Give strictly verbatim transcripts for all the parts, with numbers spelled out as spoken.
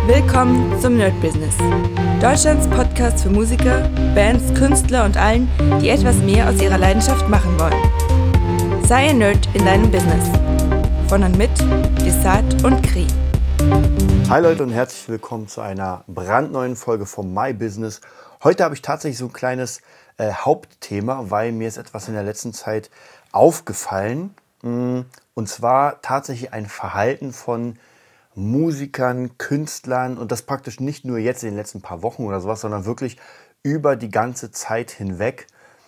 Willkommen zum Nerd Business. Deutschlands Podcast für Musiker, Bands, Künstler und allen, die etwas mehr aus ihrer Leidenschaft machen wollen. Sei ein Nerd in deinem Business. Von und mit Desart und Kri. Hi Leute und herzlich willkommen zu einer brandneuen Folge von My Business. Heute habe ich tatsächlich so ein kleines äh, Hauptthema, weil mir ist etwas in der letzten Zeit aufgefallen. Mh, und zwar tatsächlich ein Verhalten von Musikern, Künstlern und das praktisch nicht nur jetzt in den letzten paar Wochen oder sowas, sondern wirklich über die ganze Zeit hinweg.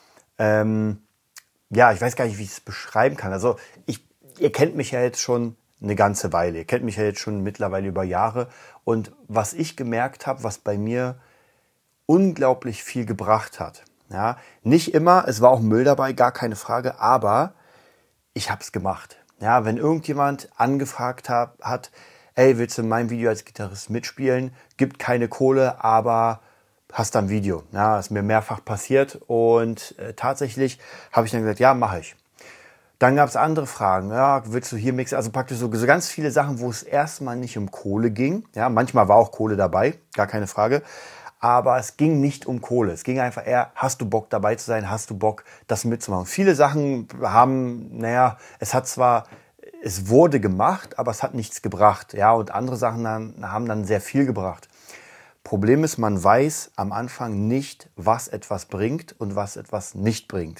Ähm, ja, ich weiß gar nicht, wie ich es beschreiben kann. Also ich, ihr kennt mich ja jetzt schon eine ganze Weile. Ihr kennt mich ja jetzt schon mittlerweile über Jahre. Und was ich gemerkt habe, was bei mir unglaublich viel gebracht hat. Ja, nicht immer, es war auch Müll dabei, gar keine Frage, aber ich habe es gemacht. Ja, wenn irgendjemand angefragt hat, hat hey, willst du in meinem Video als Gitarrist mitspielen? Gibt keine Kohle, aber hast dann ein Video. Ja, ist mir mehrfach passiert und äh, tatsächlich habe ich dann gesagt, ja, mache ich. Dann gab es andere Fragen. Ja, willst du hier mixen? Also praktisch so, so ganz viele Sachen, wo es erstmal nicht um Kohle ging. Ja, manchmal war auch Kohle dabei, gar keine Frage. Aber es ging nicht um Kohle. Es ging einfach eher, hast du Bock dabei zu sein? Hast du Bock, das mitzumachen? Viele Sachen haben, naja, es hat zwar Es wurde gemacht, aber es hat nichts gebracht. Ja, und andere Sachen dann, haben dann sehr viel gebracht. Problem ist, man weiß am Anfang nicht, was etwas bringt und was etwas nicht bringt.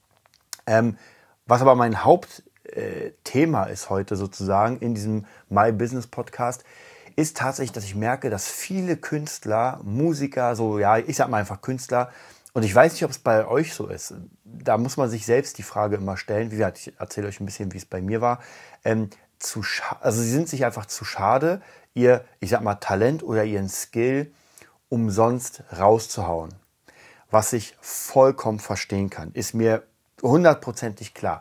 Ähm, was aber mein Hauptthema äh, ist heute sozusagen in diesem My Business Podcast, ist tatsächlich, dass ich merke, dass viele Künstler, Musiker, so ja, ich sag mal einfach Künstler, und ich weiß nicht, ob es bei euch so ist. Da muss man sich selbst die Frage immer stellen. Wie gesagt, ich erzähle euch ein bisschen, wie es bei mir war. Ähm, zu scha- also sie sind sich einfach zu schade, ihr, ich sag mal, Talent oder ihren Skill umsonst rauszuhauen. Was ich vollkommen verstehen kann, ist mir hundertprozentig klar.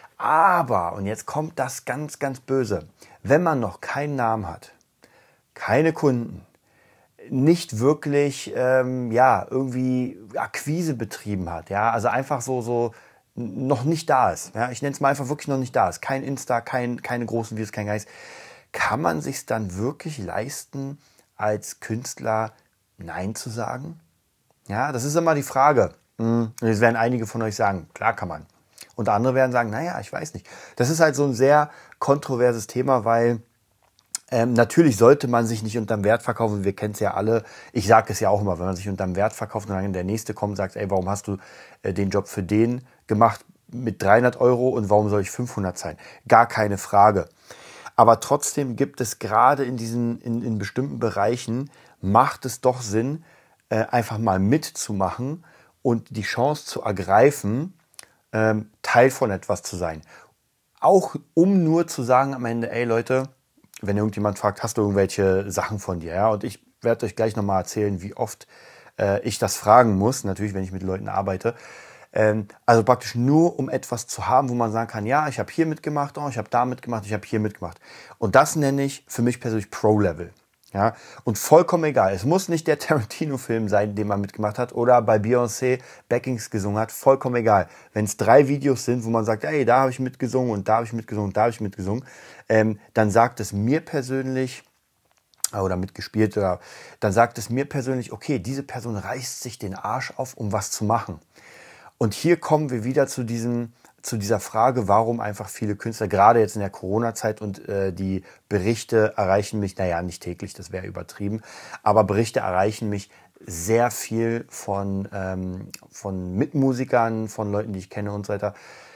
Aber, und jetzt kommt das ganz, ganz Böse, wenn man noch keinen Namen hat, keine Kunden, nicht wirklich ähm, ja, irgendwie Akquise betrieben hat. Ja? Also einfach so, so noch nicht da ist. Ja? Ich nenne es mal einfach wirklich noch nicht da ist. Kein Insta, kein, keine großen Videos, kein Geist. Kann man sich dann wirklich leisten, als Künstler Nein zu sagen? Ja, das ist immer die Frage. Und jetzt werden einige von euch sagen, klar kann man. Und andere werden sagen, naja, ich weiß nicht. Das ist halt so ein sehr kontroverses Thema, weil Ähm, natürlich sollte man sich nicht unterm Wert verkaufen. Wir kennen es ja alle. Ich sage es ja auch immer, wenn man sich unterm Wert verkauft und dann der Nächste kommt und sagt, ey, warum hast du äh, den Job für den gemacht mit dreihundert Euro und warum soll ich fünfhundert sein? Gar keine Frage. Aber trotzdem gibt es gerade in diesen, in, in bestimmten Bereichen, macht es doch Sinn, äh, einfach mal mitzumachen und die Chance zu ergreifen, ähm, Teil von etwas zu sein. Auch um nur zu sagen am Ende, ey Leute, wenn irgendjemand fragt, hast du irgendwelche Sachen von dir? Ja, und ich werde euch gleich nochmal erzählen, wie oft äh, ich das fragen muss, natürlich, wenn ich mit Leuten arbeite. Ähm, also praktisch nur, um etwas zu haben, wo man sagen kann, ja, ich habe hier mitgemacht, oh, ich habe da mitgemacht, ich habe hier mitgemacht. Und das nenne ich für mich persönlich Pro-Level. Ja, und vollkommen egal. Es muss nicht der Tarantino-Film sein, den man mitgemacht hat oder bei Beyoncé Backings gesungen hat. Vollkommen egal. Wenn es drei Videos sind, wo man sagt, ey, da habe ich mitgesungen und da habe ich mitgesungen und da habe ich mitgesungen, ähm, dann sagt es mir persönlich, oder mitgespielt, oder dann sagt es mir persönlich, okay, diese Person reißt sich den Arsch auf, um was zu machen. Und hier kommen wir wieder zu diesem, zu dieser Frage, warum einfach viele Künstler, gerade jetzt in der Corona-Zeit und äh, die Berichte erreichen mich, naja, nicht täglich, das wäre übertrieben, aber Berichte erreichen mich sehr viel von, ähm, von Mitmusikern, von Leuten, die ich kenne und so weiter,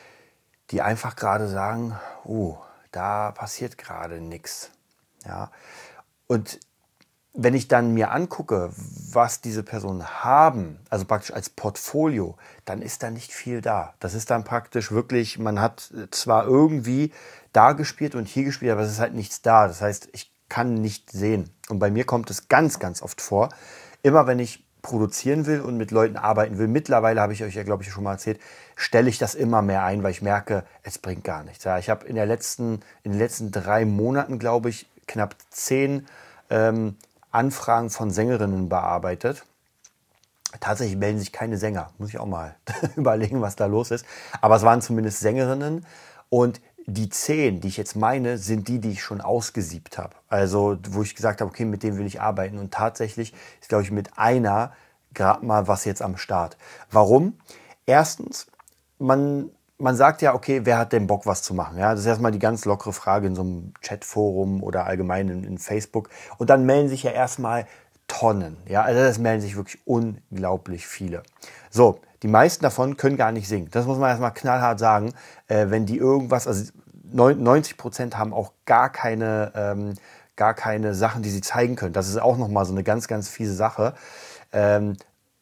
die einfach gerade sagen, oh, da passiert gerade nichts. Ja? Und wenn ich dann mir angucke, was diese Personen haben, also praktisch als Portfolio, dann ist da nicht viel da. Das ist dann praktisch wirklich, man hat zwar irgendwie da gespielt und hier gespielt, aber es ist halt nichts da. Das heißt, ich kann nicht sehen. Und bei mir kommt es ganz, ganz oft vor, immer wenn ich produzieren will und mit Leuten arbeiten will, mittlerweile habe ich euch ja, glaube ich, schon mal erzählt, stelle ich das immer mehr ein, weil ich merke, es bringt gar nichts. Ja, ich habe in der letzten, in den letzten drei Monaten, glaube ich, knapp zehn ähm, Anfragen von Sängerinnen bearbeitet. Tatsächlich melden sich keine Sänger. Muss ich auch mal überlegen, was da los ist. Aber es waren zumindest Sängerinnen. Und die zehn, die ich jetzt meine, sind die, die ich schon ausgesiebt habe. Also wo ich gesagt habe, okay, mit denen will ich arbeiten. Und tatsächlich ist, glaube ich, mit einer gerade mal was jetzt am Start. Warum? Erstens, man, man sagt ja, okay, wer hat denn Bock, was zu machen? Ja, das ist erstmal die ganz lockere Frage in so einem Chatforum oder allgemein in, in Facebook. Und dann melden sich ja erstmal Tonnen. Ja, also das melden sich wirklich unglaublich viele. So, die meisten davon können gar nicht singen. Das muss man erstmal knallhart sagen. Äh, wenn die irgendwas, also neunzig Prozent haben auch gar keine, ähm, gar keine Sachen, die sie zeigen können. Das ist auch nochmal so eine ganz, ganz fiese Sache. Ähm,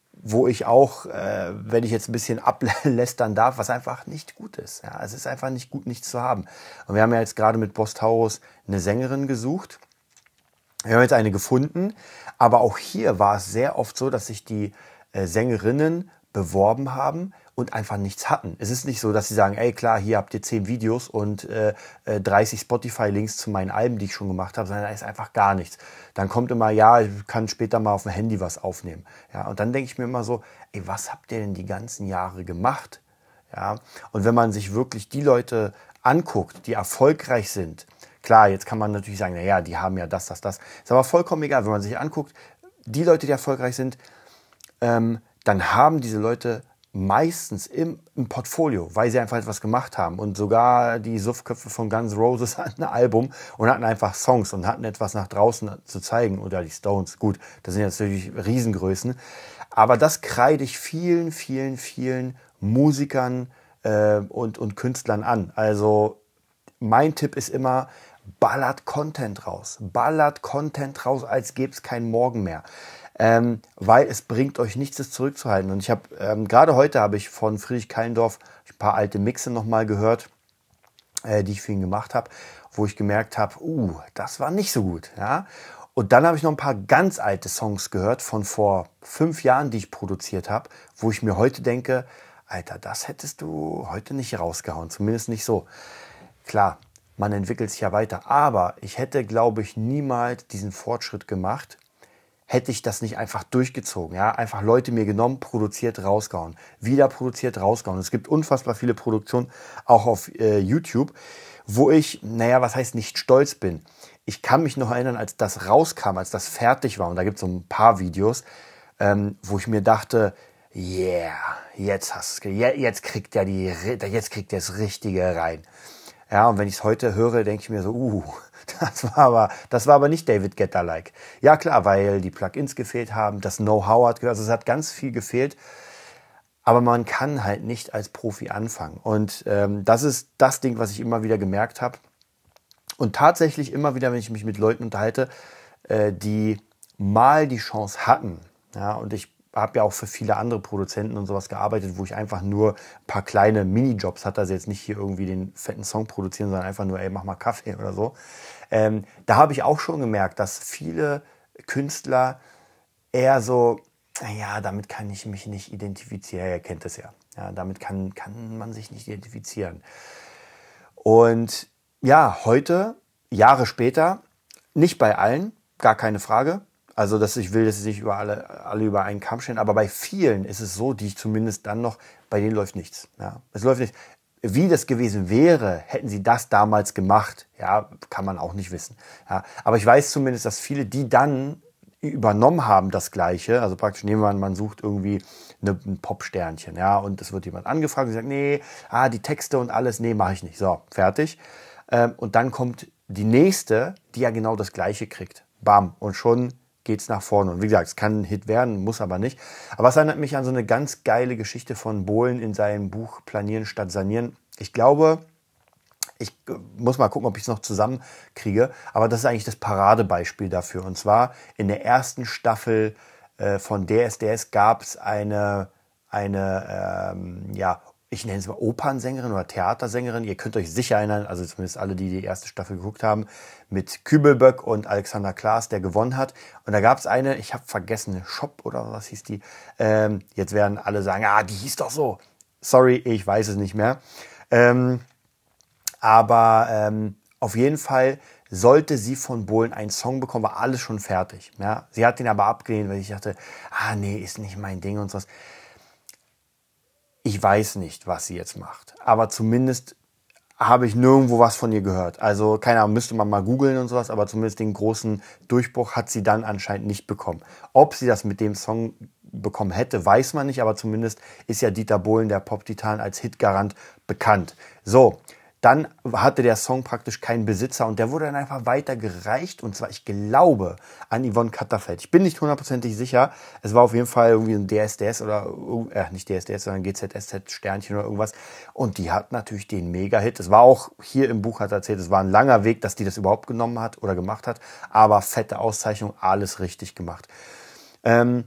wo ich auch, äh, wenn ich jetzt ein bisschen ablästern darf, was einfach nicht gut ist. Ja, es ist einfach nicht gut, nichts zu haben. Und wir haben ja jetzt gerade mit Boss Taurus eine Sängerin gesucht. Wir haben jetzt eine gefunden, aber auch hier war es sehr oft so, dass sich die äh, Sängerinnen beworben haben und einfach nichts hatten. Es ist nicht so, dass sie sagen, ey klar, hier habt ihr zehn Videos und äh, dreißig Spotify-Links zu meinen Alben, die ich schon gemacht habe, sondern da ist einfach gar nichts. Dann kommt immer, ja, ich kann später mal auf dem Handy was aufnehmen. Ja, und dann denke ich mir immer so, ey, was habt ihr denn die ganzen Jahre gemacht? Ja, und wenn man sich wirklich die Leute anguckt, die erfolgreich sind, klar, jetzt kann man natürlich sagen, naja, die haben ja das, das, das. Ist aber vollkommen egal, wenn man sich anguckt, die Leute, die erfolgreich sind, ähm, dann haben diese Leute meistens im, im Portfolio, weil sie einfach etwas gemacht haben. Und sogar die Suffköpfe von Guns N' Roses hatten ein Album und hatten einfach Songs und hatten etwas nach draußen zu zeigen. Oder die Stones, gut, das sind jetzt natürlich Riesengrößen. Aber das kreide ich vielen, vielen, vielen Musikern äh, und, und Künstlern an. Also mein Tipp ist immer, ballert Content raus. Ballert Content raus, als gäbe es keinen Morgen mehr. Ähm, weil es bringt euch nichts, das zurückzuhalten. Und ich habe, ähm, gerade heute habe ich von Friedrich Kallendorf ein paar alte Mixe nochmal gehört, äh, die ich für ihn gemacht habe, wo ich gemerkt habe, uh, das war nicht so gut. Ja? Und dann habe ich noch ein paar ganz alte Songs gehört von vor fünf Jahren, die ich produziert habe, wo ich mir heute denke, Alter, das hättest du heute nicht rausgehauen, zumindest nicht so. Klar, man entwickelt sich ja weiter, aber ich hätte, glaube ich, niemals diesen Fortschritt gemacht, hätte ich das nicht einfach durchgezogen. Ja? Einfach Leute mir genommen, produziert, rausgehauen. Wieder produziert, rausgehauen. Es gibt unfassbar viele Produktionen, auch auf äh, YouTube, wo ich, naja, was heißt nicht stolz bin. Ich kann mich noch erinnern, als das rauskam, als das fertig war, und da gibt es so ein paar Videos, ähm, wo ich mir dachte, yeah, jetzt hast du, jetzt kriegt der die, jetzt kriegt der das Richtige rein. Ja, und wenn ich es heute höre, denke ich mir so, uh, das war aber, das war aber nicht David Guetta-like. Ja klar, weil die Plugins gefehlt haben, das Know-how hat gefehlt, also es hat ganz viel gefehlt. Aber man kann halt nicht als Profi anfangen. Und ähm, das ist das Ding, was ich immer wieder gemerkt habe. Und tatsächlich immer wieder, wenn ich mich mit Leuten unterhalte, äh, die mal die Chance hatten, ja, und ich habe ja auch für viele andere Produzenten und sowas gearbeitet, wo ich einfach nur ein paar kleine Minijobs hatte, also jetzt nicht hier irgendwie den fetten Song produzieren, sondern einfach nur, ey, mach mal Kaffee oder so. Ähm, da habe ich auch schon gemerkt, dass viele Künstler eher so, naja, damit kann ich mich nicht identifizieren, ihr kennt es ja. Ja, damit kann, kann man sich nicht identifizieren. Und ja, heute, Jahre später, nicht bei allen, gar keine Frage. Also, dass ich will, dass sie sich über alle, alle über einen Kamm stellen. Aber bei vielen ist es so, die ich zumindest dann noch, bei denen läuft nichts. Ja, es läuft nicht. Wie das gewesen wäre, hätten sie das damals gemacht. Ja, kann man auch nicht wissen. Ja, aber ich weiß zumindest, dass viele, die dann übernommen haben, das Gleiche. Also praktisch nehmen wir an, man sucht irgendwie eine, ein Popsternchen. Ja, und es wird jemand angefragt und sagt, nee, ah, die Texte und alles, nee, mache ich nicht. So, fertig. Ähm, und dann kommt die nächste, die ja genau das Gleiche kriegt. Bam. Und schon geht's nach vorne. Und wie gesagt, es kann ein Hit werden, muss aber nicht. Aber es erinnert mich an so eine ganz geile Geschichte von Bohlen in seinem Buch Planieren statt Sanieren. Ich glaube, ich muss mal gucken, ob ich es noch zusammenkriege, aber das ist eigentlich das Paradebeispiel dafür. Und zwar in der ersten Staffel äh, von D S D S gab es eine, eine ähm, ja, ich nenne es mal Opernsängerin oder Theatersängerin. Ihr könnt euch sicher erinnern, also zumindest alle, die die erste Staffel geguckt haben, mit Kübelböck und Alexander Klaas, der gewonnen hat. Und da gab es eine, ich habe vergessen, Shop oder was hieß die. Ähm, jetzt werden alle sagen, ah, die hieß doch so. Sorry, ich weiß es nicht mehr. Ähm, aber ähm, auf jeden Fall sollte sie von Bohlen einen Song bekommen, war alles schon fertig. Ja? Sie hat den aber abgelehnt, weil ich dachte, ah nee, ist nicht mein Ding und sowas. Ich weiß nicht, was sie jetzt macht, aber zumindest habe ich nirgendwo was von ihr gehört. Also, keine Ahnung, müsste man mal googeln und sowas, aber zumindest den großen Durchbruch hat sie dann anscheinend nicht bekommen. Ob sie das mit dem Song bekommen hätte, weiß man nicht, aber zumindest ist ja Dieter Bohlen, der Pop-Titan, als Hitgarant bekannt. So, dann hatte der Song praktisch keinen Besitzer und der wurde dann einfach weitergereicht und zwar, ich glaube, an Yvonne Katterfeld. Ich bin nicht hundertprozentig sicher. Es war auf jeden Fall irgendwie ein D S D S oder, äh, nicht D S D S, sondern G Z S Z Sternchen oder irgendwas. Und die hat natürlich den Mega-Hit. Es war auch hier im Buch, hat er erzählt, es war ein langer Weg, dass die das überhaupt genommen hat oder gemacht hat. Aber fette Auszeichnung, alles richtig gemacht. Ähm,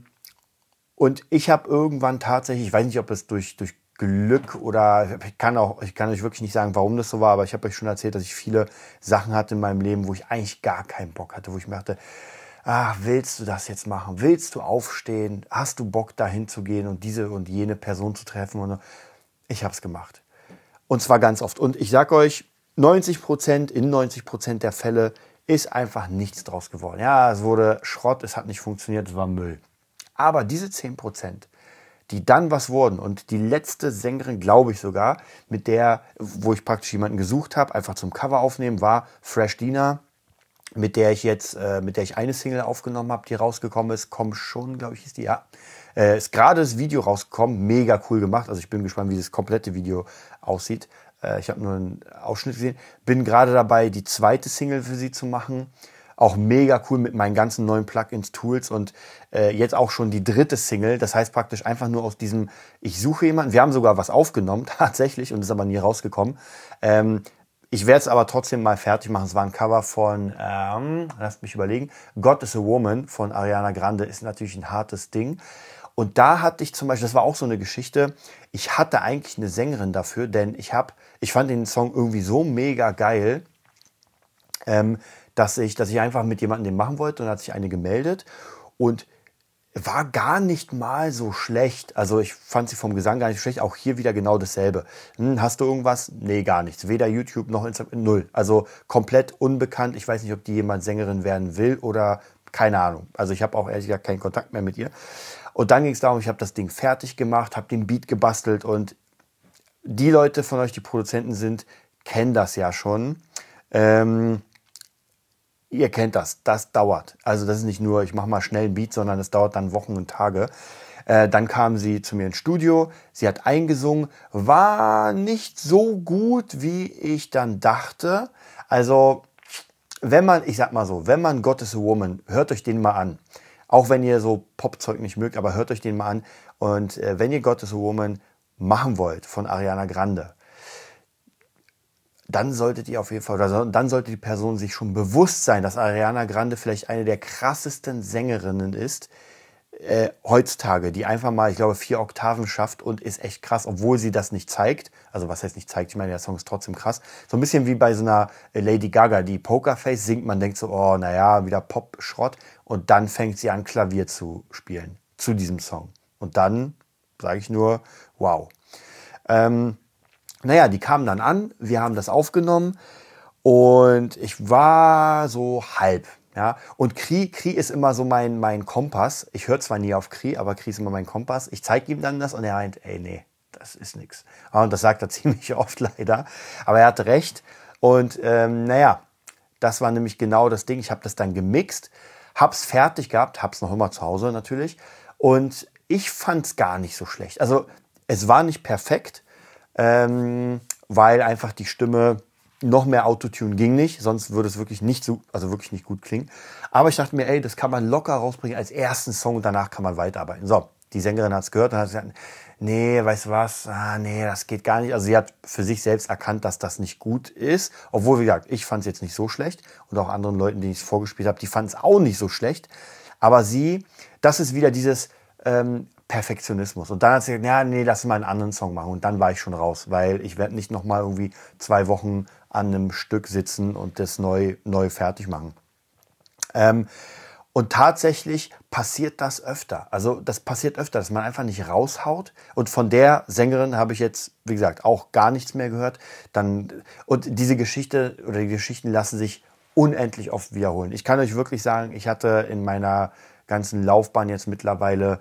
und ich habe irgendwann tatsächlich, ich weiß nicht, ob es durch, durch Glück oder ich kann auch, ich kann euch wirklich nicht sagen, warum das so war, aber ich habe euch schon erzählt, dass ich viele Sachen hatte in meinem Leben, wo ich eigentlich gar keinen Bock hatte, wo ich mir dachte, ah, willst du das jetzt machen? Willst du aufstehen? Hast du Bock, dahin zu gehen und diese und jene Person zu treffen? Und ich habe es gemacht. Und zwar ganz oft. Und ich sage euch, neunzig Prozent, in neunzig Prozent der Fälle ist einfach nichts draus geworden. Ja, es wurde Schrott, es hat nicht funktioniert, es war Müll. Aber diese zehn Prozent, die dann was wurden. Und die letzte Sängerin, glaube ich sogar, mit der, wo ich praktisch jemanden gesucht habe, einfach zum Cover aufnehmen, war Fresh Dina, mit der ich jetzt, äh, mit der ich eine Single aufgenommen habe, die rausgekommen ist. Komm schon, glaube ich, ist die, ja. Äh, ist gerade das Video rausgekommen, mega cool gemacht. Also ich bin gespannt, wie das komplette Video aussieht. Äh, ich habe nur einen Ausschnitt gesehen. Bin gerade dabei, die zweite Single für sie zu machen. Auch mega cool mit meinen ganzen neuen Plugins, Tools und äh, jetzt auch schon die dritte Single. Das heißt praktisch einfach nur aus diesem, ich suche jemanden. Wir haben sogar was aufgenommen, tatsächlich, und ist aber nie rausgekommen. Ähm, ich werde es aber trotzdem mal fertig machen. Es war ein Cover von, ähm, lasst mich überlegen, God is a Woman von Ariana Grande. Ist natürlich ein hartes Ding. Und da hatte ich zum Beispiel, das war auch so eine Geschichte, ich hatte eigentlich eine Sängerin dafür, denn ich habe, ich fand den Song irgendwie so mega geil, ähm, dass ich, dass ich einfach mit jemandem den machen wollte und hat sich eine gemeldet und war gar nicht mal so schlecht. Also ich fand sie vom Gesang gar nicht schlecht. Auch hier wieder genau dasselbe. Hm, hast du irgendwas? Nee, gar nichts. Weder YouTube noch Instagram. Null. Also komplett unbekannt. Ich weiß nicht, ob die jemand Sängerin werden will oder keine Ahnung. Also ich habe auch ehrlich gesagt keinen Kontakt mehr mit ihr. Und dann ging es darum, ich habe das Ding fertig gemacht, habe den Beat gebastelt und die Leute von euch, die Produzenten sind, kennen das ja schon. Ähm, Ihr kennt das, das dauert. Also das ist nicht nur, ich mache mal schnell einen Beat, sondern es dauert dann Wochen und Tage. Äh, dann kam sie zu mir ins Studio, sie hat eingesungen, war nicht so gut, wie ich dann dachte. Also wenn man, ich sag mal so, wenn man God is a Woman, hört euch den mal an. Auch wenn ihr so Popzeug nicht mögt, aber hört euch den mal an. Und äh, wenn ihr God is a Woman machen wollt von Ariana Grande, dann solltet ihr auf jeden Fall, oder dann sollte die Person sich schon bewusst sein, dass Ariana Grande vielleicht eine der krassesten Sängerinnen ist, äh, heutzutage, die einfach mal, ich glaube, vier Oktaven schafft und ist echt krass, obwohl sie das nicht zeigt. Also was heißt nicht zeigt? Ich meine, der Song ist trotzdem krass. So ein bisschen wie bei so einer Lady Gaga, die Pokerface singt, man denkt so, oh, naja, wieder Pop-Schrott. Und dann fängt sie an, Klavier zu spielen zu diesem Song. Und dann sage ich nur, wow. Ähm, Naja, die kamen dann an, wir haben das aufgenommen und ich war so halb. Ja? Und Kri, Kri ist immer so mein, mein Kompass. Ich höre zwar nie auf Kri, aber Kri ist immer mein Kompass. Ich zeige ihm dann das und er meint, ey, nee, das ist nix. Und das sagt er ziemlich oft leider. Aber er hatte recht. Und ähm, naja, das war nämlich genau das Ding. Ich habe das dann gemixt, hab's fertig gehabt, hab's noch immer zu Hause natürlich. Und ich fand's gar nicht so schlecht. Also es war nicht perfekt. Ähm, weil einfach die Stimme, noch mehr Autotune ging nicht, sonst würde es wirklich nicht so, also wirklich nicht gut klingen. Aber ich dachte mir, ey, das kann man locker rausbringen als ersten Song und danach kann man weiterarbeiten. So, die Sängerin hat es gehört und hat gesagt, nee, weißt du was, ah, nee, das geht gar nicht. Also sie hat für sich selbst erkannt, dass das nicht gut ist. Obwohl, wie gesagt, ich fand es jetzt nicht so schlecht und auch anderen Leuten, denen ich es vorgespielt habe, die fanden es auch nicht so schlecht. Aber sie, das ist wieder dieses ähm, Perfektionismus. Und dann hat sie gesagt, ja, nee, lass mal einen anderen Song machen. Und dann war ich schon raus, weil ich werde nicht nochmal irgendwie zwei Wochen an einem Stück sitzen und das neu, neu fertig machen. Ähm, und tatsächlich passiert das öfter. Also das passiert öfter, dass man einfach nicht raushaut. Und von der Sängerin habe ich jetzt, wie gesagt, auch gar nichts mehr gehört. Dann, und diese Geschichte oder die Geschichten lassen sich unendlich oft wiederholen. Ich kann euch wirklich sagen, ich hatte in meiner ganzen Laufbahn jetzt mittlerweile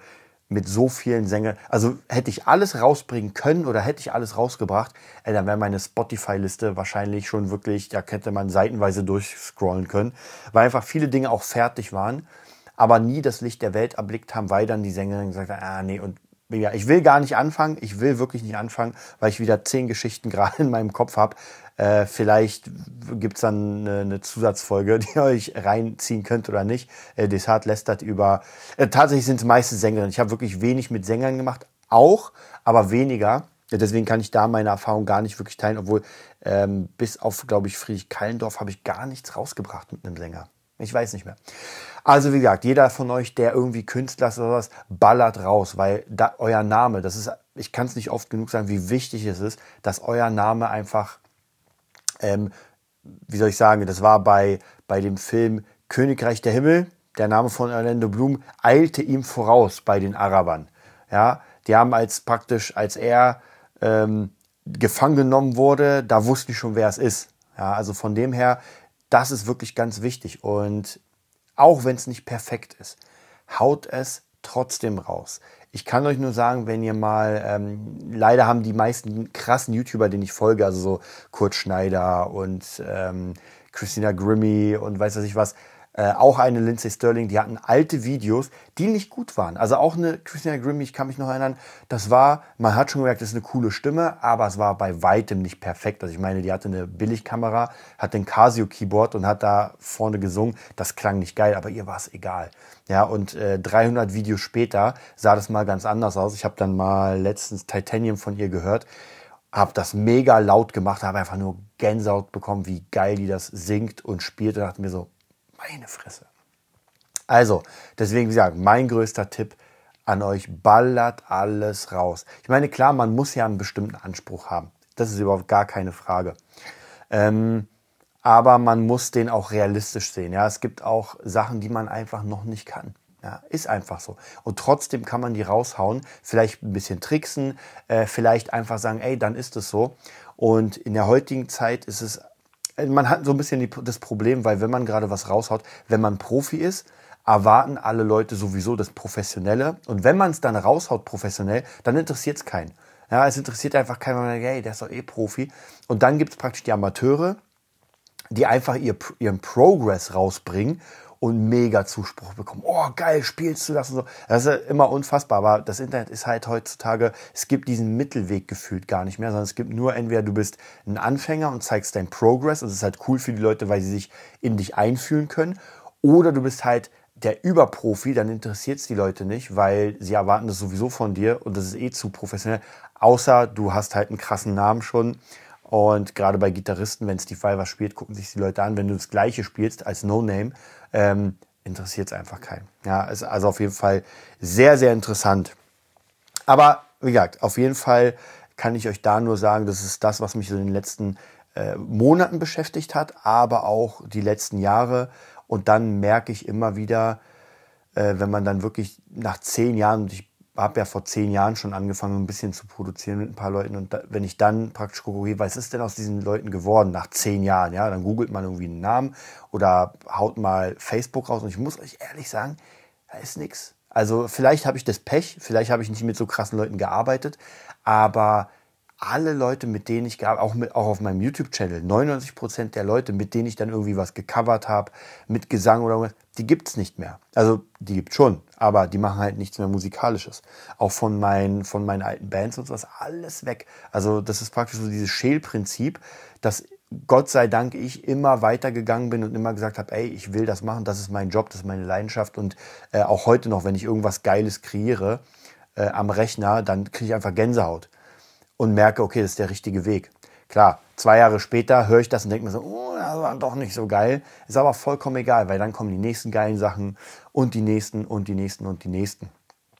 mit so vielen Sängern, also hätte ich alles rausbringen können oder hätte ich alles rausgebracht, ey, dann wäre meine Spotify-Liste wahrscheinlich schon wirklich, da hätte man seitenweise durchscrollen können, weil einfach viele Dinge auch fertig waren, aber nie das Licht der Welt erblickt haben, weil dann die Sängerin gesagt hat, ah nee, und ja, ich will gar nicht anfangen, ich will wirklich nicht anfangen, weil ich wieder zehn Geschichten gerade in meinem Kopf habe. Äh, vielleicht gibt es dann eine, eine Zusatzfolge, die ihr euch reinziehen könnt oder nicht. Äh, Desart lästert über, äh, tatsächlich sind es meistens Sängerinnen. Ich habe wirklich wenig mit Sängern gemacht, auch, aber weniger. Deswegen kann ich da meine Erfahrung gar nicht wirklich teilen, obwohl ähm, bis auf, glaube ich, Friedrich Kallendorf habe ich gar nichts rausgebracht mit einem Sänger. Ich weiß nicht mehr. Also wie gesagt, jeder von euch, der irgendwie Künstler ist oder was, ballert raus, weil da, euer Name, das ist, ich kann es nicht oft genug sagen, wie wichtig es ist, dass euer Name einfach, ähm, wie soll ich sagen, das war bei, bei dem Film Königreich der Himmel, der Name von Orlando Bloom eilte ihm voraus bei den Arabern. Ja, die haben als praktisch, als er ähm, gefangen genommen wurde, da wussten die schon, wer es ist. Ja, also von dem her, das ist wirklich ganz wichtig. Und auch wenn es nicht perfekt ist, haut es trotzdem raus. Ich kann euch nur sagen, wenn ihr mal, ähm, leider haben die meisten krassen YouTuber, denen ich folge, also so Kurt Schneider und ähm, Christina Grimmie und weiß was ich was, äh, auch eine Lindsay Sterling, die hatten alte Videos, die nicht gut waren. Also auch eine Christina Grimmie, ich kann mich noch erinnern, das war, man hat schon gemerkt, das ist eine coole Stimme, aber es war bei weitem nicht perfekt. Also ich meine, die hatte eine Billigkamera, hatte ein Casio-Keyboard und hat da vorne gesungen. Das klang nicht geil, aber ihr war es egal. Ja, und äh, dreihundert Videos später sah das mal ganz anders aus. Ich habe dann mal letztens Titanium von ihr gehört, habe das mega laut gemacht, habe einfach nur Gänsehaut bekommen, wie geil die das singt und spielt. Und dachte mir so, meine Fresse. Also, deswegen, wie gesagt, mein größter Tipp an euch, ballert alles raus. Ich meine, klar, man muss ja einen bestimmten Anspruch haben. Das ist überhaupt gar keine Frage. Ähm, aber man muss den auch realistisch sehen. Ja, es gibt auch Sachen, die man einfach noch nicht kann. Ja, ist einfach so. Und trotzdem kann man die raushauen, vielleicht ein bisschen tricksen, äh, vielleicht einfach sagen, ey, dann ist es so. Und in der heutigen Zeit ist es, man hat so ein bisschen die, das Problem, weil wenn man gerade was raushaut, wenn man Profi ist, erwarten alle Leute sowieso das Professionelle. Und wenn man es dann raushaut professionell, dann interessiert es keinen. Ja, es interessiert einfach keinen, weil man denkt, hey, der ist doch eh Profi. Und dann gibt es praktisch die Amateure, die einfach ihr, ihren Progress rausbringen und mega Zuspruch bekommen. Oh, geil, spielst du das und so. Das ist immer unfassbar, aber das Internet ist halt heutzutage, es gibt diesen Mittelweg gefühlt gar nicht mehr, sondern es gibt nur entweder du bist ein Anfänger und zeigst deinen Progress und es ist halt cool für die Leute, weil sie sich in dich einfühlen können, oder du bist halt der Überprofi, dann interessiert es die Leute nicht, weil sie erwarten das sowieso von dir und das ist eh zu professionell, außer du hast halt einen krassen Namen schon. Und gerade bei Gitarristen, wenn Steve Vai was spielt, gucken sich die Leute an. Wenn du das Gleiche spielst als No-Name, ähm, interessiert es einfach keinen. Ja, ist also auf jeden Fall sehr, sehr interessant. Aber wie gesagt, auf jeden Fall kann ich euch da nur sagen, das ist das, was mich so in den letzten äh, Monaten beschäftigt hat, aber auch die letzten Jahre. Und dann merke ich immer wieder, äh, wenn man dann wirklich nach zehn Jahren, und ich habe ja vor zehn Jahren schon angefangen, ein bisschen zu produzieren mit ein paar Leuten. Und da, wenn ich dann praktisch gucke, okay, was ist denn aus diesen Leuten geworden nach zehn Jahren? Ja, dann googelt man irgendwie einen Namen oder haut mal Facebook raus. Und ich muss euch ehrlich sagen, da ist nichts. Also vielleicht habe ich das Pech, vielleicht habe ich nicht mit so krassen Leuten gearbeitet, aber alle Leute, mit denen ich gearbeitet habe, auch, mit, auch auf meinem YouTube-Channel, neunundneunzig Prozent der Leute, mit denen ich dann irgendwie was gecovert habe, mit Gesang oder was, die gibt es nicht mehr. Also die gibt es schon, aber die machen halt nichts mehr Musikalisches. Auch von meinen, von meinen alten Bands und sowas, alles weg. Also das ist praktisch so dieses Schälprinzip, dass Gott sei Dank ich immer weitergegangen bin und immer gesagt habe, ey, ich will das machen, das ist mein Job, das ist meine Leidenschaft. Und äh, auch heute noch, wenn ich irgendwas Geiles kreiere äh, am Rechner, dann kriege ich einfach Gänsehaut. Und merke, okay, das ist der richtige Weg. Klar, zwei Jahre später höre ich das und denke mir so, oh, das war doch nicht so geil. Ist aber vollkommen egal, weil dann kommen die nächsten geilen Sachen und die nächsten und die nächsten und die nächsten.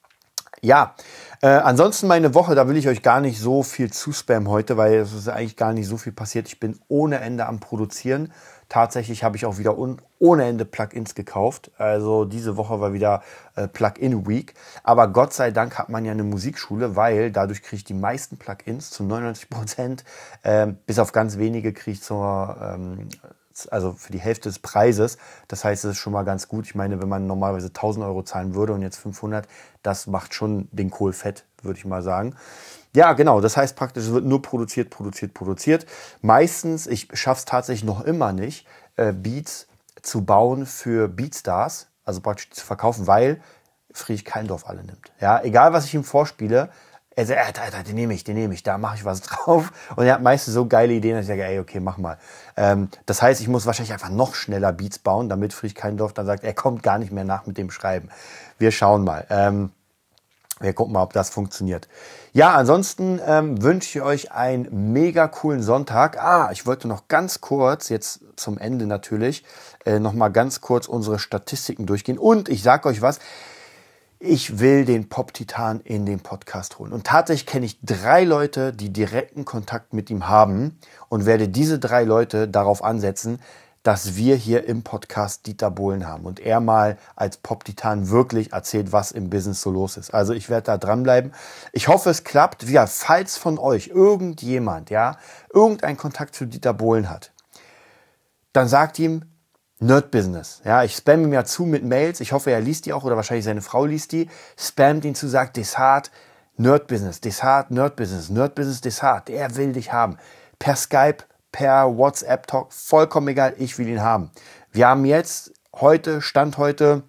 Ja, äh, ansonsten meine Woche, da will ich euch gar nicht so viel zuspammen heute, weil es ist eigentlich gar nicht so viel passiert. Ich bin ohne Ende am Produzieren. Tatsächlich habe ich auch wieder un- ohne Ende Plugins gekauft. Also diese Woche war wieder äh, Plugin-Week. Aber Gott sei Dank hat man ja eine Musikschule, weil dadurch kriege ich die meisten Plugins zu neunundneunzig Prozent. Ähm, bis auf ganz wenige kriege ich zur, ähm, also für die Hälfte des Preises. Das heißt, es ist schon mal ganz gut. Ich meine, wenn man normalerweise tausend Euro zahlen würde und jetzt fünfhundert, das macht schon den Kohl fett, würde ich mal sagen. Ja, genau. Das heißt praktisch, es wird nur produziert, produziert, produziert. Meistens, ich schaffe es tatsächlich noch immer nicht, äh, Beats zu bauen für Beatstars, also praktisch zu verkaufen, weil Friedrich Keindorf alle nimmt. Ja, egal was ich ihm vorspiele, er sagt, äh, den nehme ich, den nehme ich, da mache ich was drauf. Und er hat meistens so geile Ideen, dass ich sage, ey, okay, mach mal. Ähm, das heißt, ich muss wahrscheinlich einfach noch schneller Beats bauen, damit Friedrich Keindorf dann sagt, er kommt gar nicht mehr nach mit dem Schreiben. Wir schauen mal. Ähm, wir gucken mal, ob das funktioniert. Ja, ansonsten ähm, wünsche ich euch einen mega coolen Sonntag. Ah, ich wollte noch ganz kurz, jetzt zum Ende natürlich, äh, noch mal ganz kurz unsere Statistiken durchgehen. Und ich sage euch was, ich will den Pop-Titan in den Podcast holen. Und tatsächlich kenne ich drei Leute, die direkten Kontakt mit ihm haben und werde diese drei Leute darauf ansetzen, dass wir hier im Podcast Dieter Bohlen haben und er mal als Pop-Titan wirklich erzählt, was im Business so los ist. Also ich werde da dranbleiben. Ich hoffe, es klappt. Ja, falls von euch irgendjemand, ja, irgendeinen Kontakt zu Dieter Bohlen hat, dann sagt ihm, Nerd Business. Ja, ich spamme ihm ja zu mit Mails. Ich hoffe, er liest die auch oder wahrscheinlich seine Frau liest die. Spammt ihn zu, sagt Desart, Nerd Business, Desart, Nerd Business, Nerd Business, Desart. Der will dich haben. Per Skype, per WhatsApp Talk, vollkommen egal. Ich will ihn haben. Wir haben jetzt heute, Stand heute,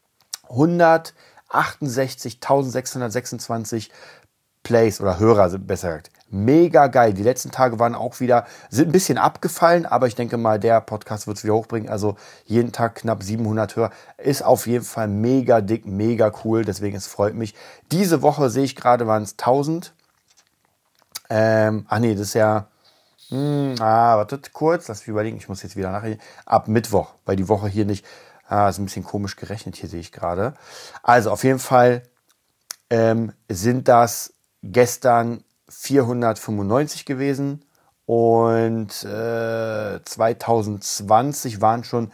hundertachtundsechzigtausendsechshundertsechsundzwanzig Plays oder Hörer, besser gesagt. Mega geil. Die letzten Tage waren auch wieder, sind ein bisschen abgefallen, aber ich denke mal, der Podcast wird es wieder hochbringen. Also jeden Tag knapp siebenhundert Hörer. Ist auf jeden Fall mega dick, mega cool. Deswegen, es freut mich. Diese Woche sehe ich gerade, waren es tausend. Ähm, ach nee, das ist ja, hm, ah, wartet kurz, lass mich überlegen. Ich muss jetzt wieder nachrechnen. Ab Mittwoch, weil die Woche hier nicht, ah, ist ein bisschen komisch gerechnet, hier sehe ich gerade. Also auf jeden Fall ähm, sind das gestern vierhundertfünfundneunzig gewesen und äh, zwanzig zwanzig waren schon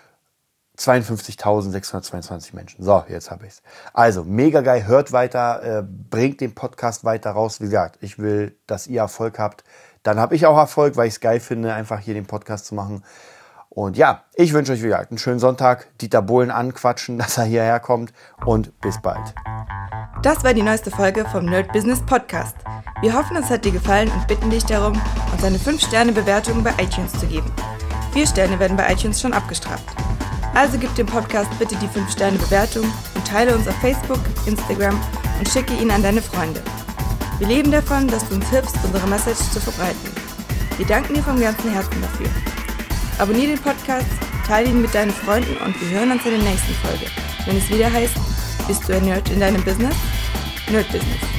zweiundfünfzigtausendsechshundertzweiundzwanzig Menschen. So, jetzt habe ich es. Also, mega geil, hört weiter, äh, bringt den Podcast weiter raus. Wie gesagt, ich will, dass ihr Erfolg habt. Dann habe ich auch Erfolg, weil ich es geil finde, einfach hier den Podcast zu machen. Und ja, ich wünsche euch wie gesagt einen schönen Sonntag. Dieter Bohlen anquatschen, dass er hierher kommt und bis bald. Das war die neueste Folge vom Nerd Business Podcast. Wir hoffen, es hat dir gefallen und bitten dich darum, uns eine fünf Sterne Bewertung bei iTunes zu geben. vier Sterne werden bei iTunes schon abgestraft. Also gib dem Podcast bitte die fünf Sterne Bewertung und teile uns auf Facebook, Instagram und schicke ihn an deine Freunde. Wir leben davon, dass du uns hilfst, unsere Message zu verbreiten. Wir danken dir vom ganzen Herzen dafür. Abonniere den Podcast, teile ihn mit deinen Freunden und wir hören uns in der nächsten Folge, wenn es wieder heißt, bist du ein Nerd in deinem Business? Nerd Business.